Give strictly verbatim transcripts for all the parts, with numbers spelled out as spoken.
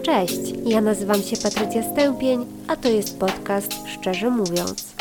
Cześć, ja nazywam się Patrycja Stępień, a to jest podcast Szczerze Mówiąc.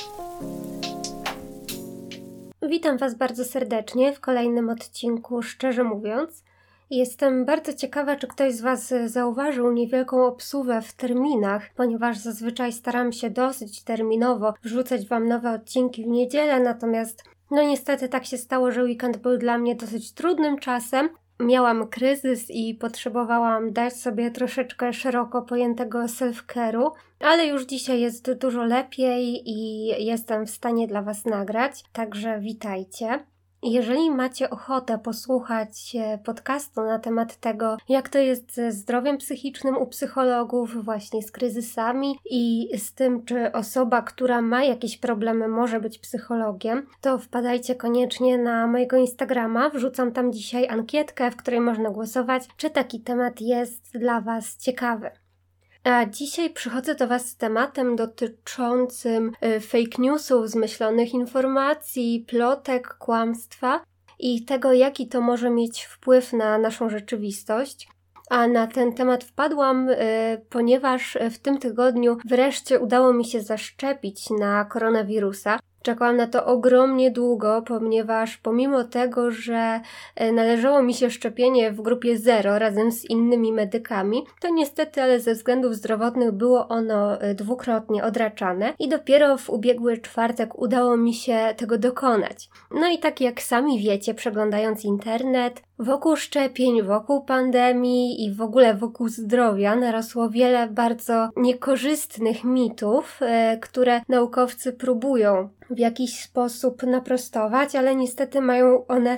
Witam Was bardzo serdecznie w kolejnym odcinku Szczerze Mówiąc. Jestem bardzo ciekawa, czy ktoś z Was zauważył niewielką obsuwę w terminach, ponieważ zazwyczaj staram się dosyć terminowo wrzucać Wam nowe odcinki w niedzielę, natomiast no niestety tak się stało, że weekend był dla mnie dosyć trudnym czasem. Miałam kryzys i potrzebowałam dać sobie troszeczkę szeroko pojętego self-care'u, ale już dzisiaj jest dużo lepiej i jestem w stanie dla Was nagrać, także witajcie. Jeżeli macie ochotę posłuchać podcastu na temat tego, jak to jest ze zdrowiem psychicznym u psychologów, właśnie z kryzysami i z tym, czy osoba, która ma jakieś problemy, może być psychologiem, to wpadajcie koniecznie na mojego Instagrama. Wrzucam tam dzisiaj ankietkę, w której można głosować, czy taki temat jest dla Was ciekawy. A dzisiaj przychodzę do Was z tematem dotyczącym fake newsów, zmyślonych informacji, plotek, kłamstwa i tego, jaki to może mieć wpływ na naszą rzeczywistość. A na ten temat wpadłam, y, ponieważ w tym tygodniu wreszcie udało mi się zaszczepić na koronawirusa. Czekałam na to ogromnie długo, ponieważ pomimo tego, że należało mi się szczepienie w grupie zero razem z innymi medykami, to niestety, ale ze względów zdrowotnych było ono dwukrotnie odraczane i dopiero w ubiegły czwartek udało mi się tego dokonać. No i tak jak sami wiecie, przeglądając internet, wokół szczepień, wokół pandemii i w ogóle wokół zdrowia narosło wiele bardzo niekorzystnych mitów, e, które naukowcy próbują w jakiś sposób naprostować, ale niestety mają one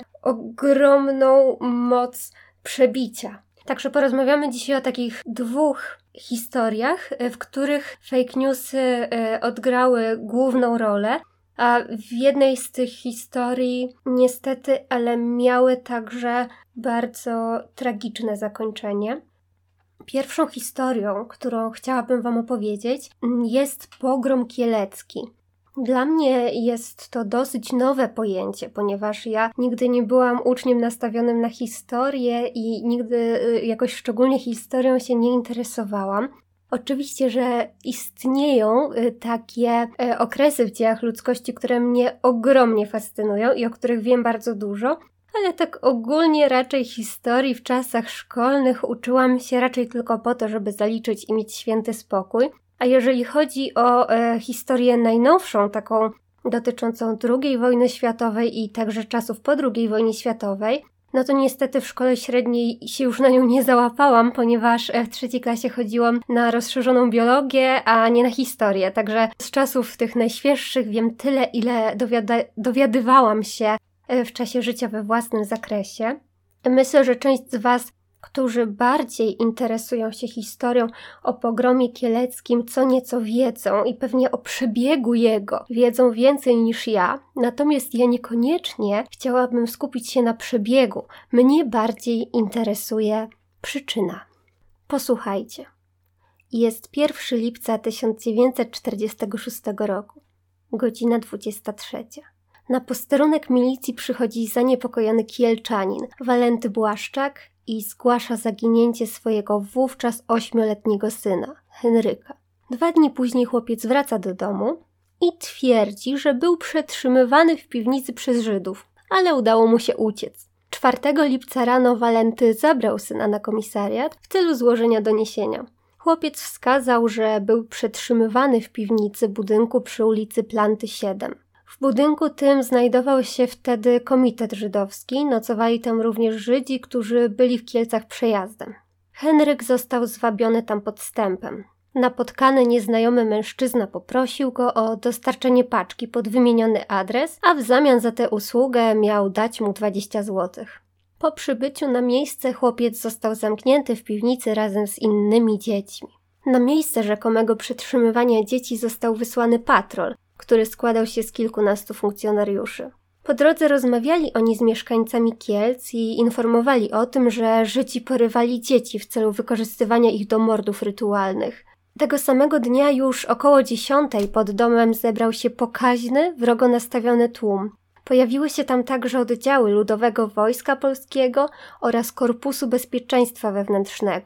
ogromną moc przebicia. Także porozmawiamy dzisiaj o takich dwóch historiach, w których fake newsy e, odgrały główną rolę. A w jednej z tych historii niestety, ale miały także bardzo tragiczne zakończenie. Pierwszą historią, którą chciałabym Wam opowiedzieć, jest pogrom kielecki. Dla mnie jest to dosyć nowe pojęcie, ponieważ ja nigdy nie byłam uczniem nastawionym na historię i nigdy jakoś szczególnie historią się nie interesowałam. Oczywiście, że istnieją takie okresy w dziejach ludzkości, które mnie ogromnie fascynują i o których wiem bardzo dużo, ale tak ogólnie raczej historii w czasach szkolnych uczyłam się raczej tylko po to, żeby zaliczyć i mieć święty spokój. A jeżeli chodzi o e, historię najnowszą, taką dotyczącą drugiej wojny światowej i także czasów po drugiej wojnie światowej, no to niestety w szkole średniej się już na nią nie załapałam, ponieważ w trzeciej klasie chodziłam na rozszerzoną biologię, a nie na historię. Także z czasów tych najświeższych wiem tyle, ile dowiada- dowiadywałam się w czasie życia we własnym zakresie. Myślę, że część z Was, którzy bardziej interesują się historią o pogromie kieleckim, co nieco wiedzą i pewnie o przebiegu jego wiedzą więcej niż ja. Natomiast ja niekoniecznie chciałabym skupić się na przebiegu. Mnie bardziej interesuje przyczyna. Posłuchajcie. Jest pierwszego lipca tysiąc dziewięćset czterdziestego szóstego roku, godzina dwudziesta trzecia. Na posterunek milicji przychodzi zaniepokojony Kielczanin, Walenty Błaszczak, i zgłasza zaginięcie swojego wówczas ośmioletniego syna, Henryka. Dwa dni później chłopiec wraca do domu i twierdzi, że był przetrzymywany w piwnicy przez Żydów, ale udało mu się uciec. czwartego lipca rano Walenty zabrał syna na komisariat w celu złożenia doniesienia. Chłopiec wskazał, że był przetrzymywany w piwnicy budynku przy ulicy Planty siedem. W budynku tym znajdował się wtedy komitet żydowski, nocowali tam również Żydzi, którzy byli w Kielcach przejazdem. Henryk został zwabiony tam podstępem. Napotkany nieznajomy mężczyzna poprosił go o dostarczenie paczki pod wymieniony adres, a w zamian za tę usługę miał dać mu dwadzieścia złotych. Po przybyciu na miejsce chłopiec został zamknięty w piwnicy razem z innymi dziećmi. Na miejsce rzekomego przetrzymywania dzieci został wysłany patrol, który składał się z kilkunastu funkcjonariuszy. Po drodze rozmawiali oni z mieszkańcami Kielc i informowali o tym, że Żydzi porywali dzieci w celu wykorzystywania ich do mordów rytualnych. Tego samego dnia już około dziesiątej pod domem zebrał się pokaźny, wrogo nastawiony tłum. Pojawiły się tam także oddziały Ludowego Wojska Polskiego oraz Korpusu Bezpieczeństwa Wewnętrznego.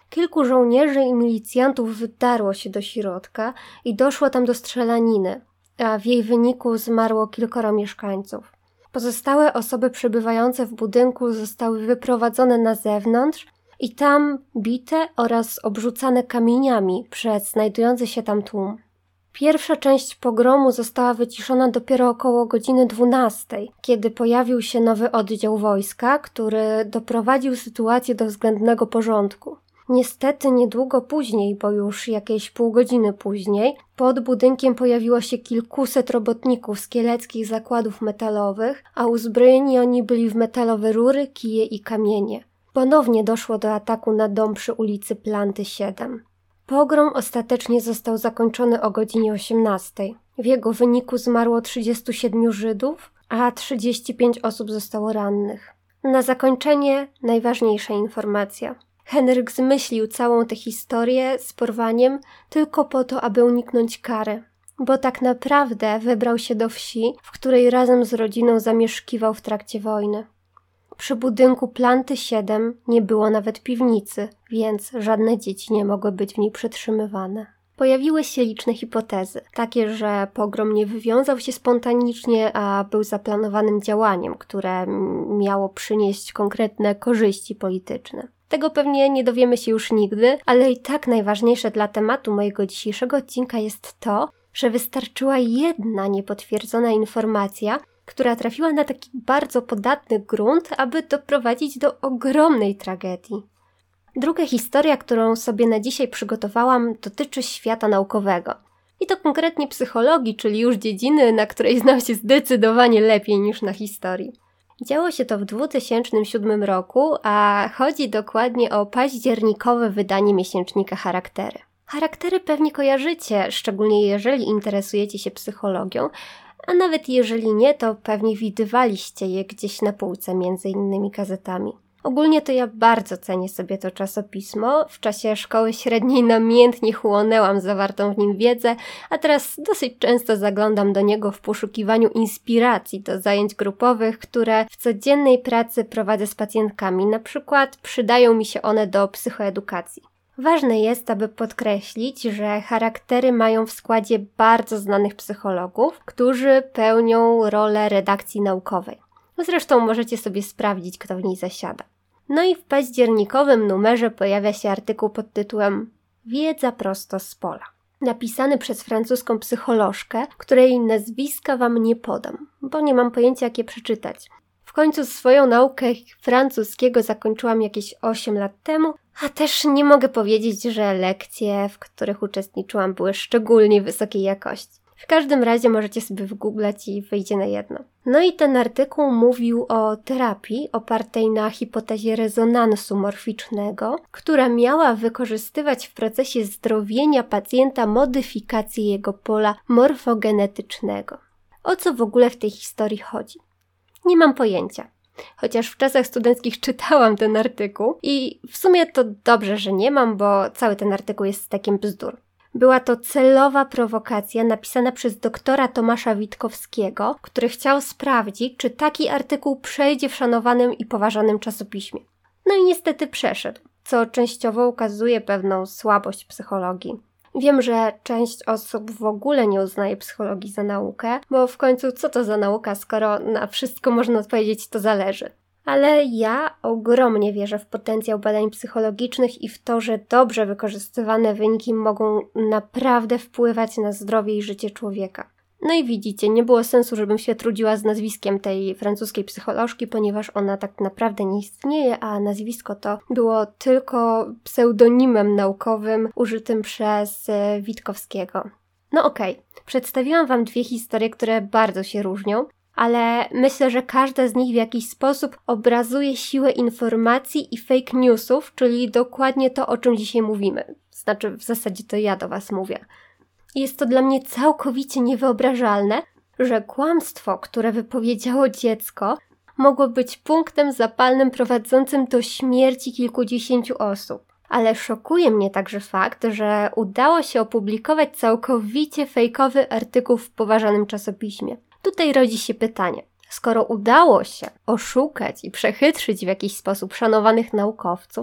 Kilku żołnierzy i milicjantów wydarło się do środka i doszło tam do strzelaniny, a w jej wyniku zmarło kilkoro mieszkańców. Pozostałe osoby przebywające w budynku zostały wyprowadzone na zewnątrz i tam bite oraz obrzucane kamieniami przez znajdujący się tam tłum. Pierwsza część pogromu została wyciszona dopiero około godziny dwunastej, kiedy pojawił się nowy oddział wojska, który doprowadził sytuację do względnego porządku. Niestety niedługo później, bo już jakieś pół godziny później, pod budynkiem pojawiło się kilkuset robotników z kieleckich zakładów metalowych, a uzbrojeni oni byli w metalowe rury, kije i kamienie. Ponownie doszło do ataku na dom przy ulicy Planty siedem. Pogrom ostatecznie został zakończony o godzinie osiemnastej. W jego wyniku zmarło trzydziestu siedmiu Żydów, a trzydzieści pięć osób zostało rannych. Na zakończenie najważniejsza informacja. Henryk zmyślił całą tę historię z porwaniem tylko po to, aby uniknąć kary, bo tak naprawdę wybrał się do wsi, w której razem z rodziną zamieszkiwał w trakcie wojny. Przy budynku Planty siedem nie było nawet piwnicy, więc żadne dzieci nie mogły być w niej przetrzymywane. Pojawiły się liczne hipotezy, takie, że pogrom nie wywiązał się spontanicznie, a był zaplanowanym działaniem, które miało przynieść konkretne korzyści polityczne. Tego pewnie nie dowiemy się już nigdy, ale i tak najważniejsze dla tematu mojego dzisiejszego odcinka jest to, że wystarczyła jedna niepotwierdzona informacja, która trafiła na taki bardzo podatny grunt, aby doprowadzić do ogromnej tragedii. Druga historia, którą sobie na dzisiaj przygotowałam, dotyczy świata naukowego. I to konkretnie psychologii, czyli już dziedziny, na której znam się zdecydowanie lepiej niż na historii. Działo się to w dwa tysiące siódmym roku, a chodzi dokładnie o październikowe wydanie miesięcznika Charaktery. Charaktery pewnie kojarzycie, szczególnie jeżeli interesujecie się psychologią, a nawet jeżeli nie, to pewnie widywaliście je gdzieś na półce między innymi gazetami. Ogólnie to ja bardzo cenię sobie to czasopismo. W czasie szkoły średniej namiętnie chłonęłam zawartą w nim wiedzę, a teraz dosyć często zaglądam do niego w poszukiwaniu inspiracji do zajęć grupowych, które w codziennej pracy prowadzę z pacjentkami. Na przykład przydają mi się one do psychoedukacji. Ważne jest, aby podkreślić, że charaktery mają w składzie bardzo znanych psychologów, którzy pełnią rolę redakcji naukowej. Zresztą możecie sobie sprawdzić, kto w niej zasiada. No i w październikowym numerze pojawia się artykuł pod tytułem Wiedza prosto z pola. Napisany przez francuską psycholożkę, której nazwiska wam nie podam, bo nie mam pojęcia, jak je przeczytać. W końcu swoją naukę francuskiego zakończyłam jakieś osiem lat temu, a też nie mogę powiedzieć, że lekcje, w których uczestniczyłam, były szczególnie wysokiej jakości. W każdym razie możecie sobie wygooglać i wyjdzie na jedno. No i ten artykuł mówił o terapii opartej na hipotezie rezonansu morficznego, która miała wykorzystywać w procesie zdrowienia pacjenta modyfikację jego pola morfogenetycznego. O co w ogóle w tej historii chodzi? Nie mam pojęcia. Chociaż w czasach studenckich czytałam ten artykuł i w sumie to dobrze, że nie mam, bo cały ten artykuł jest takim bzdur. Była to celowa prowokacja napisana przez doktora Tomasza Witkowskiego, który chciał sprawdzić, czy taki artykuł przejdzie w szanowanym i poważanym czasopiśmie. No i niestety przeszedł, co częściowo ukazuje pewną słabość psychologii. Wiem, że część osób w ogóle nie uznaje psychologii za naukę, bo w końcu co to za nauka, skoro na wszystko można odpowiedzieć, to zależy. Ale ja ogromnie wierzę w potencjał badań psychologicznych i w to, że dobrze wykorzystywane wyniki mogą naprawdę wpływać na zdrowie i życie człowieka. No i widzicie, nie było sensu, żebym się trudziła z nazwiskiem tej francuskiej psycholożki, ponieważ ona tak naprawdę nie istnieje, a nazwisko to było tylko pseudonimem naukowym użytym przez e, Witkowskiego. No okej, okay. Przedstawiłam wam dwie historie, które bardzo się różnią, ale myślę, że każda z nich w jakiś sposób obrazuje siłę informacji i fake newsów, czyli dokładnie to, o czym dzisiaj mówimy. Znaczy, w zasadzie to ja do was mówię. Jest to dla mnie całkowicie niewyobrażalne, że kłamstwo, które wypowiedziało dziecko, mogło być punktem zapalnym prowadzącym do śmierci kilkudziesięciu osób. Ale szokuje mnie także fakt, że udało się opublikować całkowicie fejkowy artykuł w poważanym czasopiśmie. Tutaj rodzi się pytanie, skoro udało się oszukać i przechytrzyć w jakiś sposób szanowanych naukowców,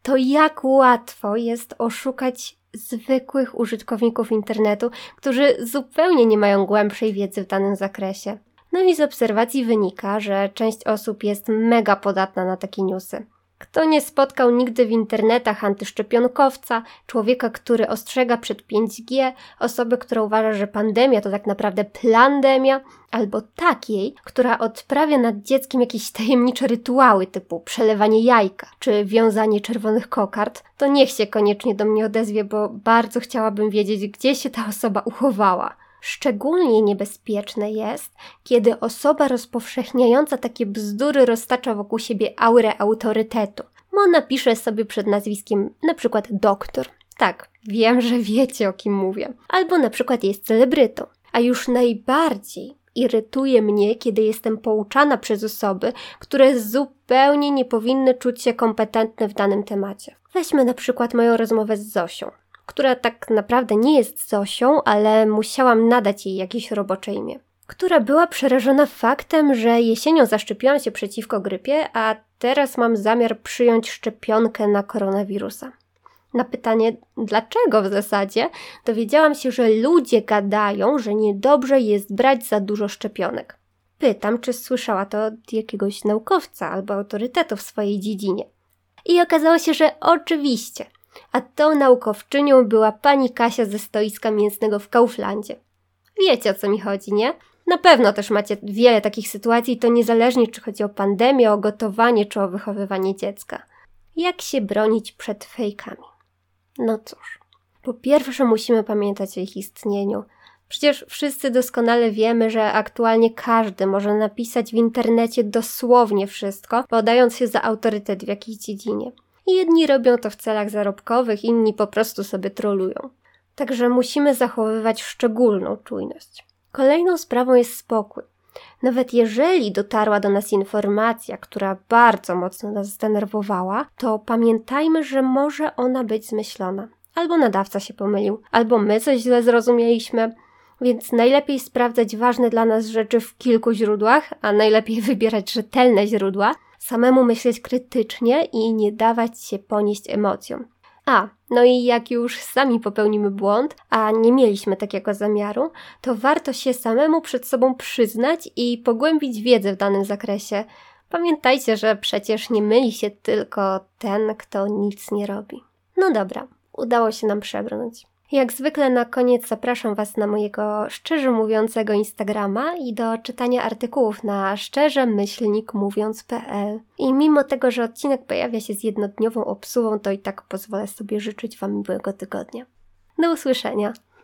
to jak łatwo jest oszukać zwykłych użytkowników internetu, którzy zupełnie nie mają głębszej wiedzy w danym zakresie. No i z obserwacji wynika, że część osób jest mega podatna na takie newsy. Kto nie spotkał nigdy w internetach antyszczepionkowca, człowieka, który ostrzega przed pięć G, osoby, która uważa, że pandemia to tak naprawdę plandemia, albo takiej, która odprawia nad dzieckiem jakieś tajemnicze rytuały typu przelewanie jajka czy wiązanie czerwonych kokard, to niech się koniecznie do mnie odezwie, bo bardzo chciałabym wiedzieć, gdzie się ta osoba uchowała. Szczególnie niebezpieczne jest, kiedy osoba rozpowszechniająca takie bzdury roztacza wokół siebie aurę autorytetu. Bo napisze sobie przed nazwiskiem na przykład doktor. Tak, wiem, że wiecie, o kim mówię. Albo na przykład jest celebrytą. A już najbardziej irytuje mnie, kiedy jestem pouczana przez osoby, które zupełnie nie powinny czuć się kompetentne w danym temacie. Weźmy na przykład moją rozmowę z Zosią, która tak naprawdę nie jest Zosią, ale musiałam nadać jej jakieś robocze imię. Która była przerażona faktem, że jesienią zaszczepiłam się przeciwko grypie, a teraz mam zamiar przyjąć szczepionkę na koronawirusa. Na pytanie, dlaczego w zasadzie, dowiedziałam się, że ludzie gadają, że niedobrze jest brać za dużo szczepionek. Pytam, czy słyszała to od jakiegoś naukowca albo autorytetu w swojej dziedzinie. I okazało się, że oczywiście. A tą naukowczynią była pani Kasia ze stoiska mięsnego w Kauflandzie. Wiecie, o co mi chodzi, nie? Na pewno też macie wiele takich sytuacji, to niezależnie czy chodzi o pandemię, o gotowanie czy o wychowywanie dziecka. Jak się bronić przed fejkami? No cóż, po pierwsze musimy pamiętać o ich istnieniu. Przecież wszyscy doskonale wiemy, że aktualnie każdy może napisać w internecie dosłownie wszystko, podając się za autorytet w jakiejś dziedzinie. Jedni robią to w celach zarobkowych, inni po prostu sobie trolują. Także musimy zachowywać szczególną czujność. Kolejną sprawą jest spokój. Nawet jeżeli dotarła do nas informacja, która bardzo mocno nas zdenerwowała, to pamiętajmy, że może ona być zmyślona. Albo nadawca się pomylił, albo my coś źle zrozumieliśmy. Więc najlepiej sprawdzać ważne dla nas rzeczy w kilku źródłach, a najlepiej wybierać rzetelne źródła, samemu myśleć krytycznie i nie dawać się ponieść emocjom. A, no i jak już sami popełnimy błąd, a nie mieliśmy takiego zamiaru, to warto się samemu przed sobą przyznać i pogłębić wiedzę w danym zakresie. Pamiętajcie, że przecież nie myli się tylko ten, kto nic nie robi. No dobra, udało się nam przebrnąć. Jak zwykle na koniec zapraszam Was na mojego szczerze mówiącego Instagrama i do czytania artykułów na szczerze myślnik mówiąc kropka pe el. I mimo tego, że odcinek pojawia się z jednodniową obsuwą, to i tak pozwolę sobie życzyć Wam miłego tygodnia. Do usłyszenia!